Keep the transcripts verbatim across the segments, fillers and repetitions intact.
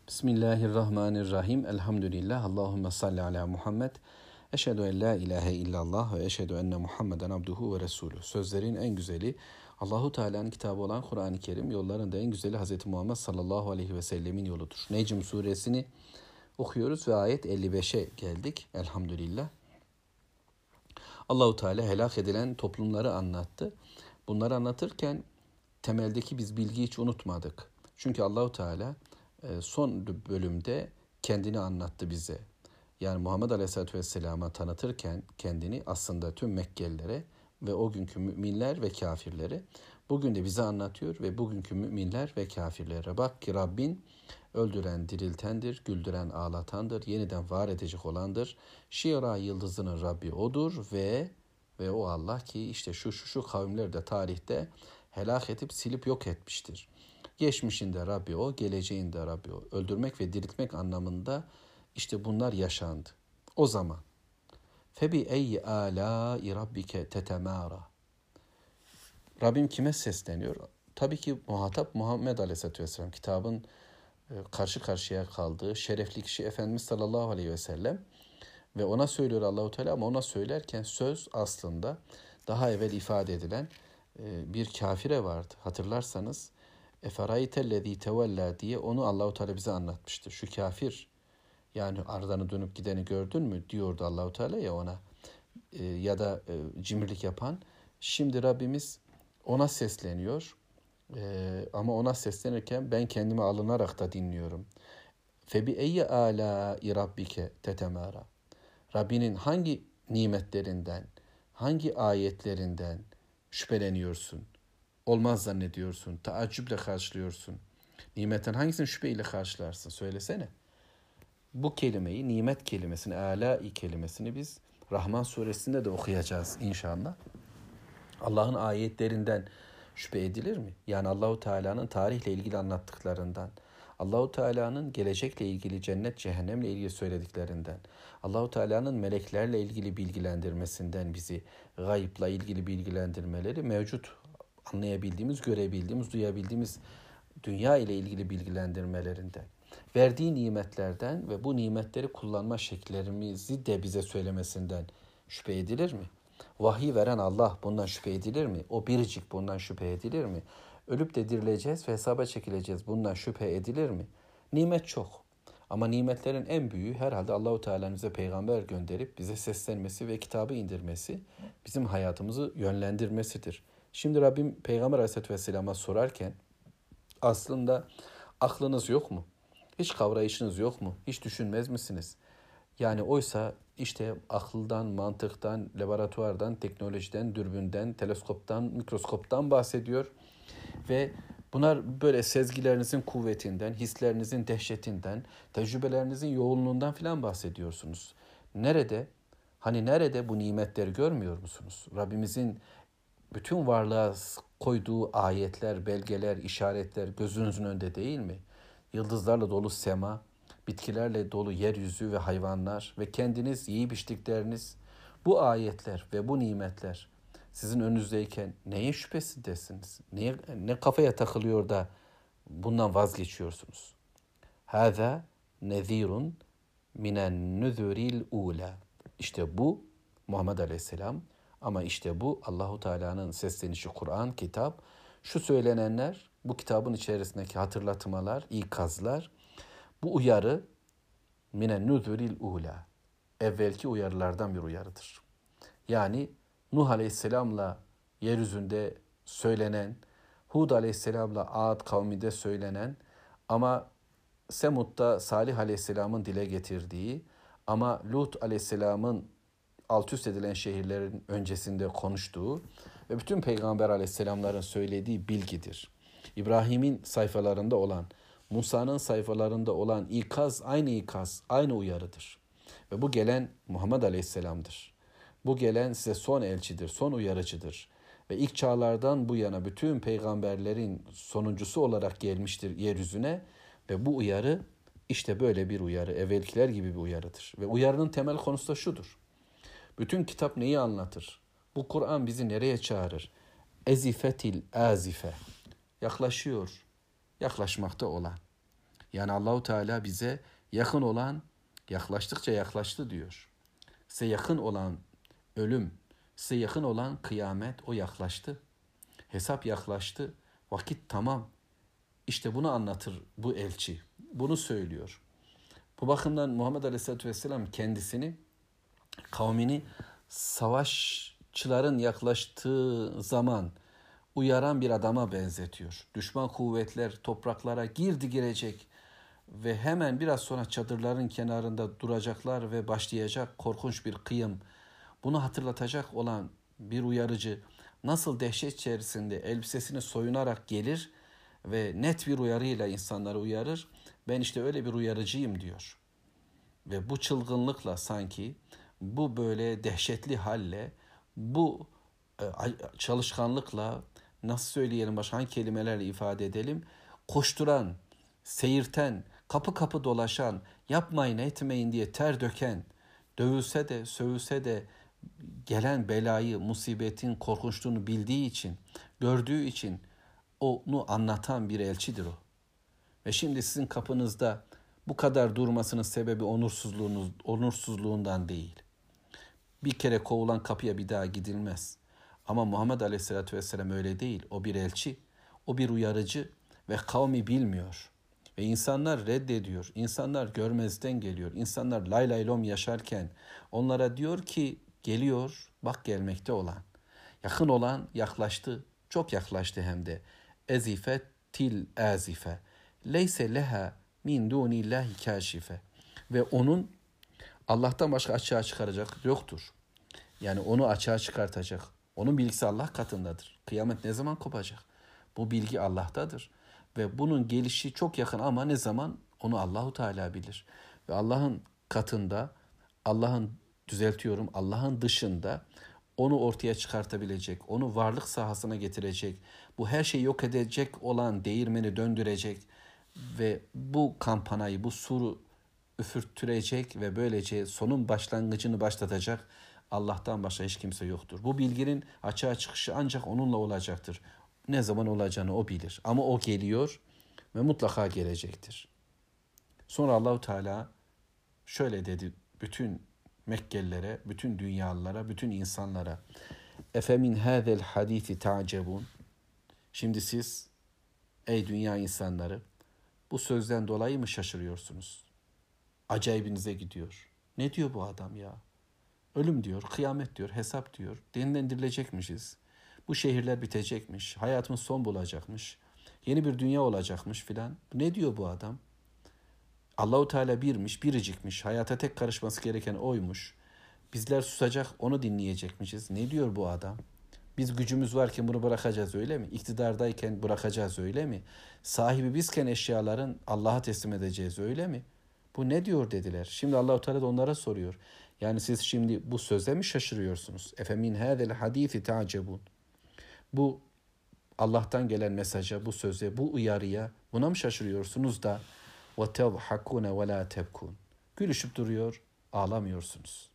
Bismillahirrahmanirrahim. Elhamdülillah. Allahümme salli ala Muhammed. Eşhedü en la ilahe illallah ve eşhedü enne Muhammeden abduhu ve resulü. Sözlerin en güzeli Allahu Teala'nın kitabı olan Kur'an-ı Kerim, yolların da en güzeli Hazreti Muhammed sallallahu aleyhi ve sellemin yoludur. Necm suresini okuyoruz ve ayet elli beşe geldik. Elhamdülillah. Allahu Teala helak edilen toplumları anlattı. Bunları anlatırken temeldeki biz bilgiyi hiç unutmadık. Çünkü Allahu Teala son bölümde kendini anlattı bize. Yani Muhammed Aleyhisselatü Vesselam'a tanıtırken kendini aslında tüm Mekkelilere ve o günkü müminler ve kafirlere, bugün de bize anlatıyor ve bugünkü müminler ve kafirlere. Bak ki Rabbin öldüren diriltendir, güldüren ağlatandır, yeniden var edecek olandır. Şira yıldızının Rabbi odur ve ve o Allah ki işte şu şu şu kavimleri de tarihte helak edip silip yok etmiştir. Geçmişinde Rabbi o, geleceğinde Rabbi o. Öldürmek ve diriltmek anlamında işte bunlar yaşandı. O zaman febi eyyi alâi rabbike tetemâra. Rabbim kime sesleniyor? Tabii ki muhatap Muhammed Aleyhisselatü Vesselam. Kitabın karşı karşıya kaldığı şerefli kişi Efendimiz sallallahu aleyhi ve sellem ve ona söylüyor Allahu Teala, ama ona söylerken söz aslında daha evvel ifade edilen bir kafire vardı. Hatırlarsanız Eferaytellezî tevellâ diye onu Allahu Teala bize anlatmıştı. Şu kafir, yani ardanı dönüp gideni gördün mü diyordu Allahu Teala ya ona, e, ya da e, cimrilik yapan. Şimdi Rabbimiz ona sesleniyor. E, ama ona seslenirken ben kendime alınarak da dinliyorum. Febi eyye alâi rabbike tetemâra. Rabbinin hangi nimetlerinden, hangi ayetlerinden şüpheleniyorsun? Olmaz zannediyorsun, taaccüple karşılıyorsun. Nimetten hangisini şüpheyle karşılarsın? Söylesene. Bu kelimeyi, nimet kelimesini, âlâi kelimesini biz Rahman suresinde de okuyacağız inşallah. Allah'ın ayetlerinden şüphe edilir mi? Yani Allahu Teala'nın tarihle ilgili anlattıklarından, Allahu Teala'nın gelecekle ilgili, cennet cehennemle ilgili söylediklerinden, Allahu Teala'nın meleklerle ilgili bilgilendirmesinden, bizi gayıpla ilgili bilgilendirmeleri mevcut, anlayabildiğimiz, görebildiğimiz, duyabildiğimiz dünya ile ilgili bilgilendirmelerinde, verdiği nimetlerden ve bu nimetleri kullanma şekillerimizi de bize söylemesinden şüphe edilir mi? Vahiy veren Allah, bundan şüphe edilir mi? O biricik, bundan şüphe edilir mi? Ölüp de dirileceğiz ve hesaba çekileceğiz, bundan şüphe edilir mi? Nimet çok. Ama nimetlerin en büyüğü herhalde Allahu Teala'nın bize peygamber gönderip bize seslenmesi ve kitabı indirmesi, bizim hayatımızı yönlendirmesidir. Şimdi Rabbim Peygamber Aleyhisselatü Vesselam'a sorarken aslında aklınız yok mu? Hiç kavrayışınız yok mu? Hiç düşünmez misiniz? Yani oysa işte akıldan, mantıktan, laboratuvardan, teknolojiden, dürbünden, teleskoptan, mikroskoptan bahsediyor. Ve bunlar böyle sezgilerinizin kuvvetinden, hislerinizin dehşetinden, tecrübelerinizin yoğunluğundan filan bahsediyorsunuz. Nerede? Hani nerede bu nimetleri görmüyor musunuz? Rabbimizin bütün varlığa koyduğu ayetler, belgeler, işaretler gözünüzün önünde değil mi? Yıldızlarla dolu sema, bitkilerle dolu yeryüzü ve hayvanlar ve kendiniz yiyip içtikleriniz, bu ayetler ve bu nimetler sizin önünüzdeyken neye şüphesindesiniz? Neye, ne kafaya takılıyor da bundan vazgeçiyorsunuz? Hâzâ nezîrun minen nüzuril ûlâ. İşte bu Muhammed Aleyhisselam, ama işte bu Allahu Teala'nın seslenişi Kur'an, kitap. Şu söylenenler, bu kitabın içerisindeki hatırlatmalar, ikazlar, bu uyarı minen nuzuril ula. Evvelki uyarılardan bir uyarıdır. Yani Nuh Aleyhisselam'la yeryüzünde söylenen, Hud Aleyhisselam'la Ad kavminde söylenen, ama Semud'da Salih Aleyhisselam'ın dile getirdiği, ama Lut Aleyhisselam'ın alt üst edilen şehirlerin öncesinde konuştuğu ve bütün Peygamber Aleyhisselamların söylediği bilgidir. İbrahim'in sayfalarında olan, Musa'nın sayfalarında olan ikaz aynı ikaz, aynı uyarıdır. Ve bu gelen Muhammed Aleyhisselam'dır. Bu gelen size son elçidir, son uyarıcıdır. Ve ilk çağlardan bu yana bütün peygamberlerin sonuncusu olarak gelmiştir yeryüzüne ve bu uyarı işte böyle bir uyarı, evvelkiler gibi bir uyarıdır. Ve uyarının temel konusu da şudur. Bütün kitap neyi anlatır? Bu Kur'an bizi nereye çağırır? Ezifetil azife. Yaklaşıyor, yaklaşmakta olan. Yani Allahu Teala bize yakın olan yaklaştıkça yaklaştı diyor. Size yakın olan ölüm, size yakın olan kıyamet o yaklaştı. Hesap yaklaştı. Vakit tamam. İşte bunu anlatır bu elçi. Bunu söylüyor. Bu bakımdan Muhammed Aleyhisselatü Vesselam kendisini, kavmini savaşçıların yaklaştığı zaman uyaran bir adama benzetiyor. Düşman kuvvetler topraklara girdi girecek ve hemen biraz sonra çadırların kenarında duracaklar ve başlayacak korkunç bir kıyım. Bunu hatırlatacak olan bir uyarıcı nasıl dehşet içerisinde elbisesini soyunarak gelir ve net bir uyarıyla insanları uyarır. Ben işte öyle bir uyarıcıyım diyor. Ve bu çılgınlıkla sanki bu böyle dehşetli halle, bu çalışkanlıkla nasıl söyleyelim başka hangi kelimelerle ifade edelim? Koşturan, seyirten, kapı kapı dolaşan, yapmayın etmeyin diye ter döken, dövülse de sövülse de gelen belayı, musibetin korkunçluğunu bildiği için, gördüğü için onu anlatan bir elçidir o. Ve şimdi sizin kapınızda bu kadar durmasının sebebi onursuzluğunuz, onursuzluğundan değil. Bir kere kovulan kapıya bir daha gidilmez. Ama Muhammed Aleyhisselatü Vesselam öyle değil. O bir elçi, o bir uyarıcı ve kavmi bilmiyor. Ve insanlar reddediyor, insanlar görmezden geliyor. İnsanlar lay lay lom yaşarken onlara diyor ki geliyor, bak gelmekte olan. Yakın olan yaklaştı, çok yaklaştı hem de. Ezife til azife. Leyse leha min dunillahi kâşife. Ve onun Allah'tan başka açığa çıkaracak yoktur. Yani onu açığa çıkartacak. Onun bilgisi Allah katındadır. Kıyamet ne zaman kopacak? Bu bilgi Allah'tadır. Ve bunun gelişi çok yakın ama ne zaman? Onu Allahu Teala bilir. Ve Allah'ın katında, Allah'ın düzeltiyorum, Allah'ın dışında onu ortaya çıkartabilecek, onu varlık sahasına getirecek, bu her şeyi yok edecek olan değirmeni döndürecek ve bu kampanayı, bu suru üfürttürecek ve böylece sonun başlangıcını başlatacak Allah'tan başka hiç kimse yoktur. Bu bilginin açığa çıkışı ancak onunla olacaktır. Ne zaman olacağını o bilir. Ama o geliyor ve mutlaka gelecektir. Sonra Allahu Teala şöyle dedi bütün Mekkelilere, bütün dünyalılara, bütün insanlara. Efe min hâzel hadîsi ta'cebûn. Şimdi siz ey dünya insanları bu sözden dolayı mı şaşırıyorsunuz? Acayibinize gidiyor. Ne diyor bu adam ya? Ölüm diyor, kıyamet diyor, hesap diyor. Dinlendirilecekmişiz. Bu şehirler bitecekmiş, hayatımız son bulacakmış. Yeni bir dünya olacakmış filan. Ne diyor bu adam? Allahu Teala birmiş, biricikmiş. Hayata tek karışması gereken oymuş. Bizler susacak, onu dinleyecekmişiz. Ne diyor bu adam? Biz gücümüz varken bunu bırakacağız öyle mi? İktidardayken bırakacağız öyle mi? Sahibi bizken eşyaların Allah'a teslim edeceğiz öyle mi? Bu ne diyor dediler. Şimdi Allahu Teala da onlara soruyor. Yani siz şimdi bu söze mi şaşırıyorsunuz? Efe min hâzel hadîsi ta'cebûn. Bu Allah'tan gelen mesaja, bu söze, bu uyarıya buna mı şaşırıyorsunuz da وَتَضْحَكُونَ وَلَا تَبْكُونَ. Gülüşüp duruyor, ağlamıyorsunuz.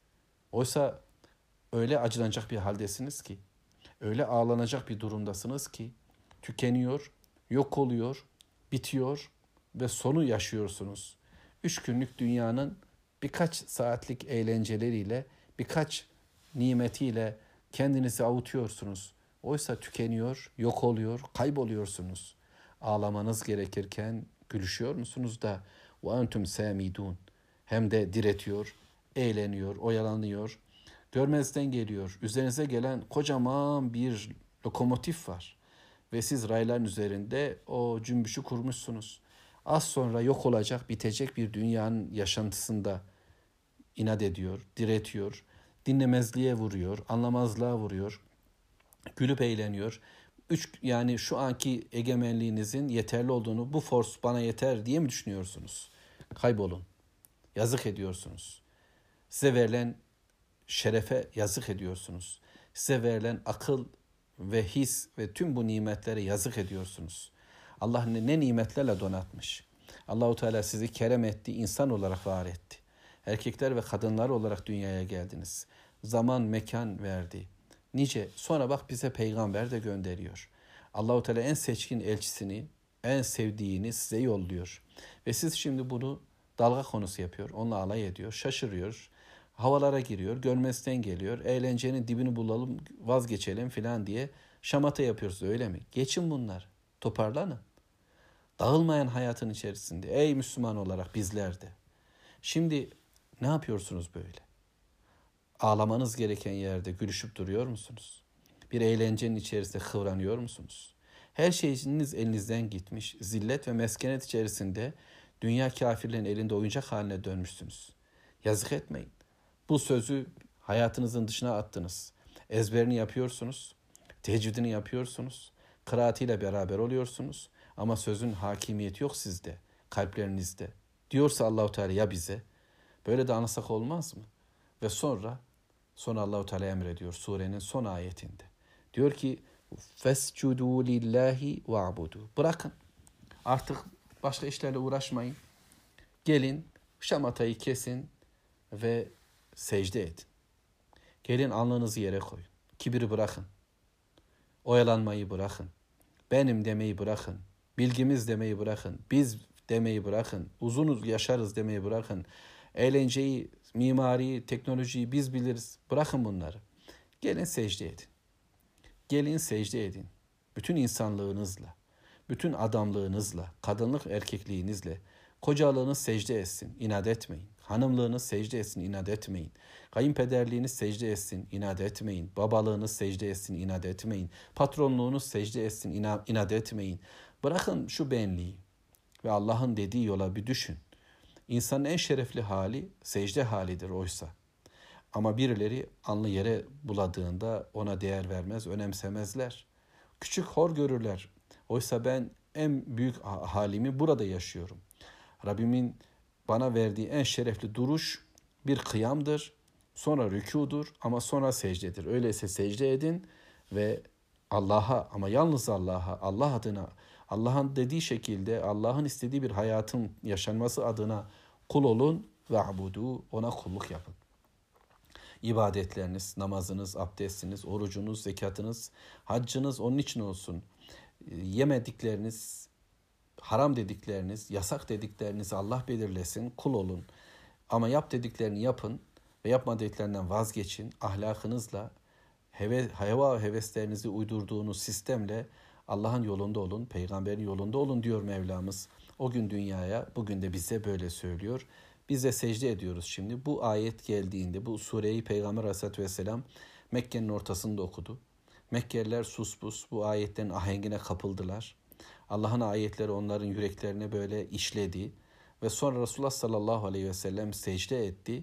Oysa öyle acınacak bir haldesiniz ki, öyle ağlanacak bir durumdasınız ki, tükeniyor, yok oluyor, bitiyor ve sonu yaşıyorsunuz. Üç günlük dünyanın birkaç saatlik eğlenceleriyle, birkaç nimetiyle kendinizi avutuyorsunuz. Oysa tükeniyor, yok oluyor, kayboluyorsunuz. Ağlamanız gerekirken gülüşüyor musunuz da وَاَنْتُمْ سَامِدُونَ. Hem de diretiyor, eğleniyor, oyalanıyor, görmezden geliyor. Üzerinize gelen kocaman bir lokomotif var. Ve siz rayların üzerinde o cümbüşü kurmuşsunuz. Az sonra yok olacak, bitecek bir dünyanın yaşantısında inat ediyor, diretiyor, dinlemezliğe vuruyor, anlamazlığa vuruyor, gülüp eğleniyor. Üç, yani şu anki egemenliğinizin yeterli olduğunu, bu force bana yeter diye mi düşünüyorsunuz? Kaybolun. Yazık ediyorsunuz. Size verilen şerefe yazık ediyorsunuz. Size verilen akıl ve his ve tüm bu nimetlere yazık ediyorsunuz. Allah ne, ne nimetlerle donatmış. Allahu Teala sizi kerem etti, insan olarak var etti. Erkekler ve kadınlar olarak dünyaya geldiniz. Zaman, mekan verdi. Nice sonra bak bize peygamber de gönderiyor. Allahu Teala en seçkin elçisini en sevdiğini size yolluyor. Ve siz şimdi bunu dalga konusu yapıyor, onunla alay ediyor, şaşırıyor, havalara giriyor, görmezden geliyor, eğlencenin dibini bulalım, vazgeçelim filan diye şamata yapıyorsunuz, öyle mi? Geçin bunlar, toparlanın. Dağılmayan hayatın içerisinde, ey Müslüman olarak bizler de. Şimdi ne yapıyorsunuz böyle? Ağlamanız gereken yerde gülüşüp duruyor musunuz? Bir eğlencenin içerisinde kıvranıyor musunuz? Her şeyiniz elinizden gitmiş, zillet ve meskenet içerisinde dünya kafirlerin elinde oyuncak haline dönmüşsünüz. Yazık etmeyin. Bu sözü hayatınızın dışına attınız. Ezberini yapıyorsunuz, teheccüdünü yapıyorsunuz, kıraatiyle beraber oluyorsunuz ama sözün hakimiyeti yok sizde, kalplerinizde. Diyorsa Allahu Teala ya bize, böyle de anlasak olmaz mı? Ve sonra, sonra Allahu Teala emrediyor surenin son ayetinde. Diyor ki, فَاسْجُدُوا لِلّٰهِ وَعْبُدُوا. Bırakın, artık başka işlerle uğraşmayın. Gelin, şamatayı kesin ve secde edin. Gelin alnınızı yere koyun. Kibiri bırakın. Oyalanmayı bırakın. Benim demeyi bırakın. Bilgimiz demeyi bırakın. Biz demeyi bırakın. Uzun yaşarız demeyi bırakın. Eğlenceyi, mimariyi, teknolojiyi biz biliriz. Bırakın bunları. Gelin secde edin. Gelin secde edin. Bütün insanlığınızla, bütün adamlığınızla, kadınlık erkekliğinizle, kocalığınız secde etsin, inat etmeyin. Hanımlığınız secde etsin, inat etmeyin. Kayınpederliğiniz secde etsin, inat etmeyin. Babalığınız secde etsin, inat etmeyin. Patronluğunuz secde etsin, inat etmeyin. Bırakın şu benliği ve Allah'ın dediği yola bir düşün. İnsanın en şerefli hali secde halidir oysa. Ama birileri alnı yere buladığında ona değer vermez, önemsemezler. Küçük hor görürler. Oysa ben en büyük halimi burada yaşıyorum. Rabbimin bana verdiği en şerefli duruş bir kıyamdır. Sonra rükûdur ama sonra secdedir. Öyleyse secde edin ve Allah'a, ama yalnız Allah'a, Allah adına, Allah'ın dediği şekilde, Allah'ın istediği bir hayatın yaşanması adına kul olun ve abudu, ona kulluk yapın. İbadetleriniz, namazınız, abdestiniz, orucunuz, zekatınız, haccınız onun için olsun. Yemedikleriniz, haram dedikleriniz, yasak dediklerinizi Allah belirlesin, kul olun. Ama yap dediklerini yapın ve yapma dediklerinden vazgeçin. Ahlakınızla, heve, heva heveslerinizi uydurduğunuz sistemle Allah'ın yolunda olun, peygamberin yolunda olun diyor Mevlamız. O gün dünyaya, bugün de bize böyle söylüyor. Biz de secde ediyoruz şimdi. Bu ayet geldiğinde, bu sureyi Peygamber Aleyhisselatü Vesselam Mekke'nin ortasında okudu. Mekkeliler suspus bu ayetlerin ahengine kapıldılar. Allah'ın ayetleri onların yüreklerine böyle işledi. Ve sonra Resulullah sallallahu aleyhi ve sellem secde etti.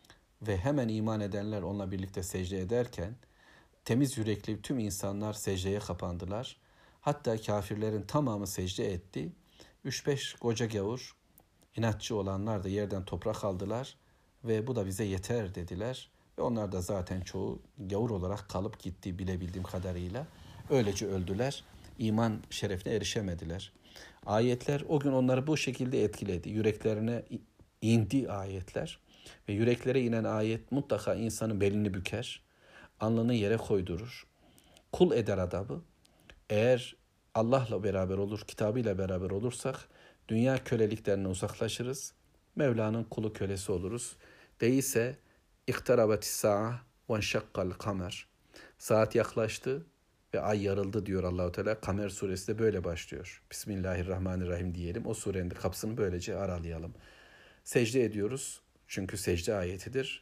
Ve hemen iman edenler onunla birlikte secde ederken temiz yürekli tüm insanlar secdeye kapandılar. Hatta kafirlerin tamamı secde etti. Üç beş koca gavur, inatçı olanlar da yerden toprak aldılar ve bu da bize yeter dediler. Ve onlar da zaten çoğu gavur olarak kalıp gitti bilebildiğim kadarıyla. Öylece öldüler. İman şerefine erişemediler. Ayetler o gün onları bu şekilde etkiledi. Yüreklerine indi ayetler. Ve yüreklere inen ayet mutlaka insanın belini büker. Alnını yere koydurur. Kul eder adamı. Eğer Allah'la beraber olur, kitabıyla beraber olursak dünya köleliklerine uzaklaşırız. Mevla'nın kulu kölesi oluruz. Değilse iktarabetis sa'a ve enşakkal kamer. Saat yaklaştı ve ay yarıldı diyor Allahu Teala. Kamer suresi de böyle başlıyor. Bismillahirrahmanirrahim diyelim. O surenin de kapısını böylece aralayalım. Secde ediyoruz. Çünkü secde ayetidir.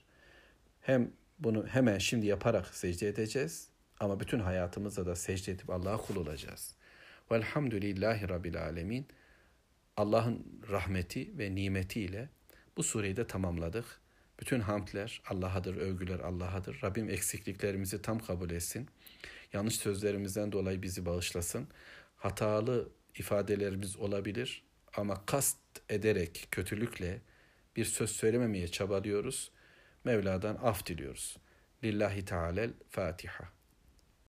Hem bunu hemen şimdi yaparak secde edeceğiz. Ama bütün hayatımızda da secde edip Allah'a kul olacağız. Velhamdülillahi Rabbil alemin. Allah'ın rahmeti ve nimetiyle bu sureyi de tamamladık. Bütün hamdler Allah'adır, övgüler Allah'adır. Rabbim eksikliklerimizi tam kabul etsin. Yanlış sözlerimizden dolayı bizi bağışlasın. Hatalı ifadelerimiz olabilir ama kast ederek, kötülükle bir söz söylememeye çabalıyoruz. Mevla'dan af diliyoruz. Lillahi Teala'l Fatiha.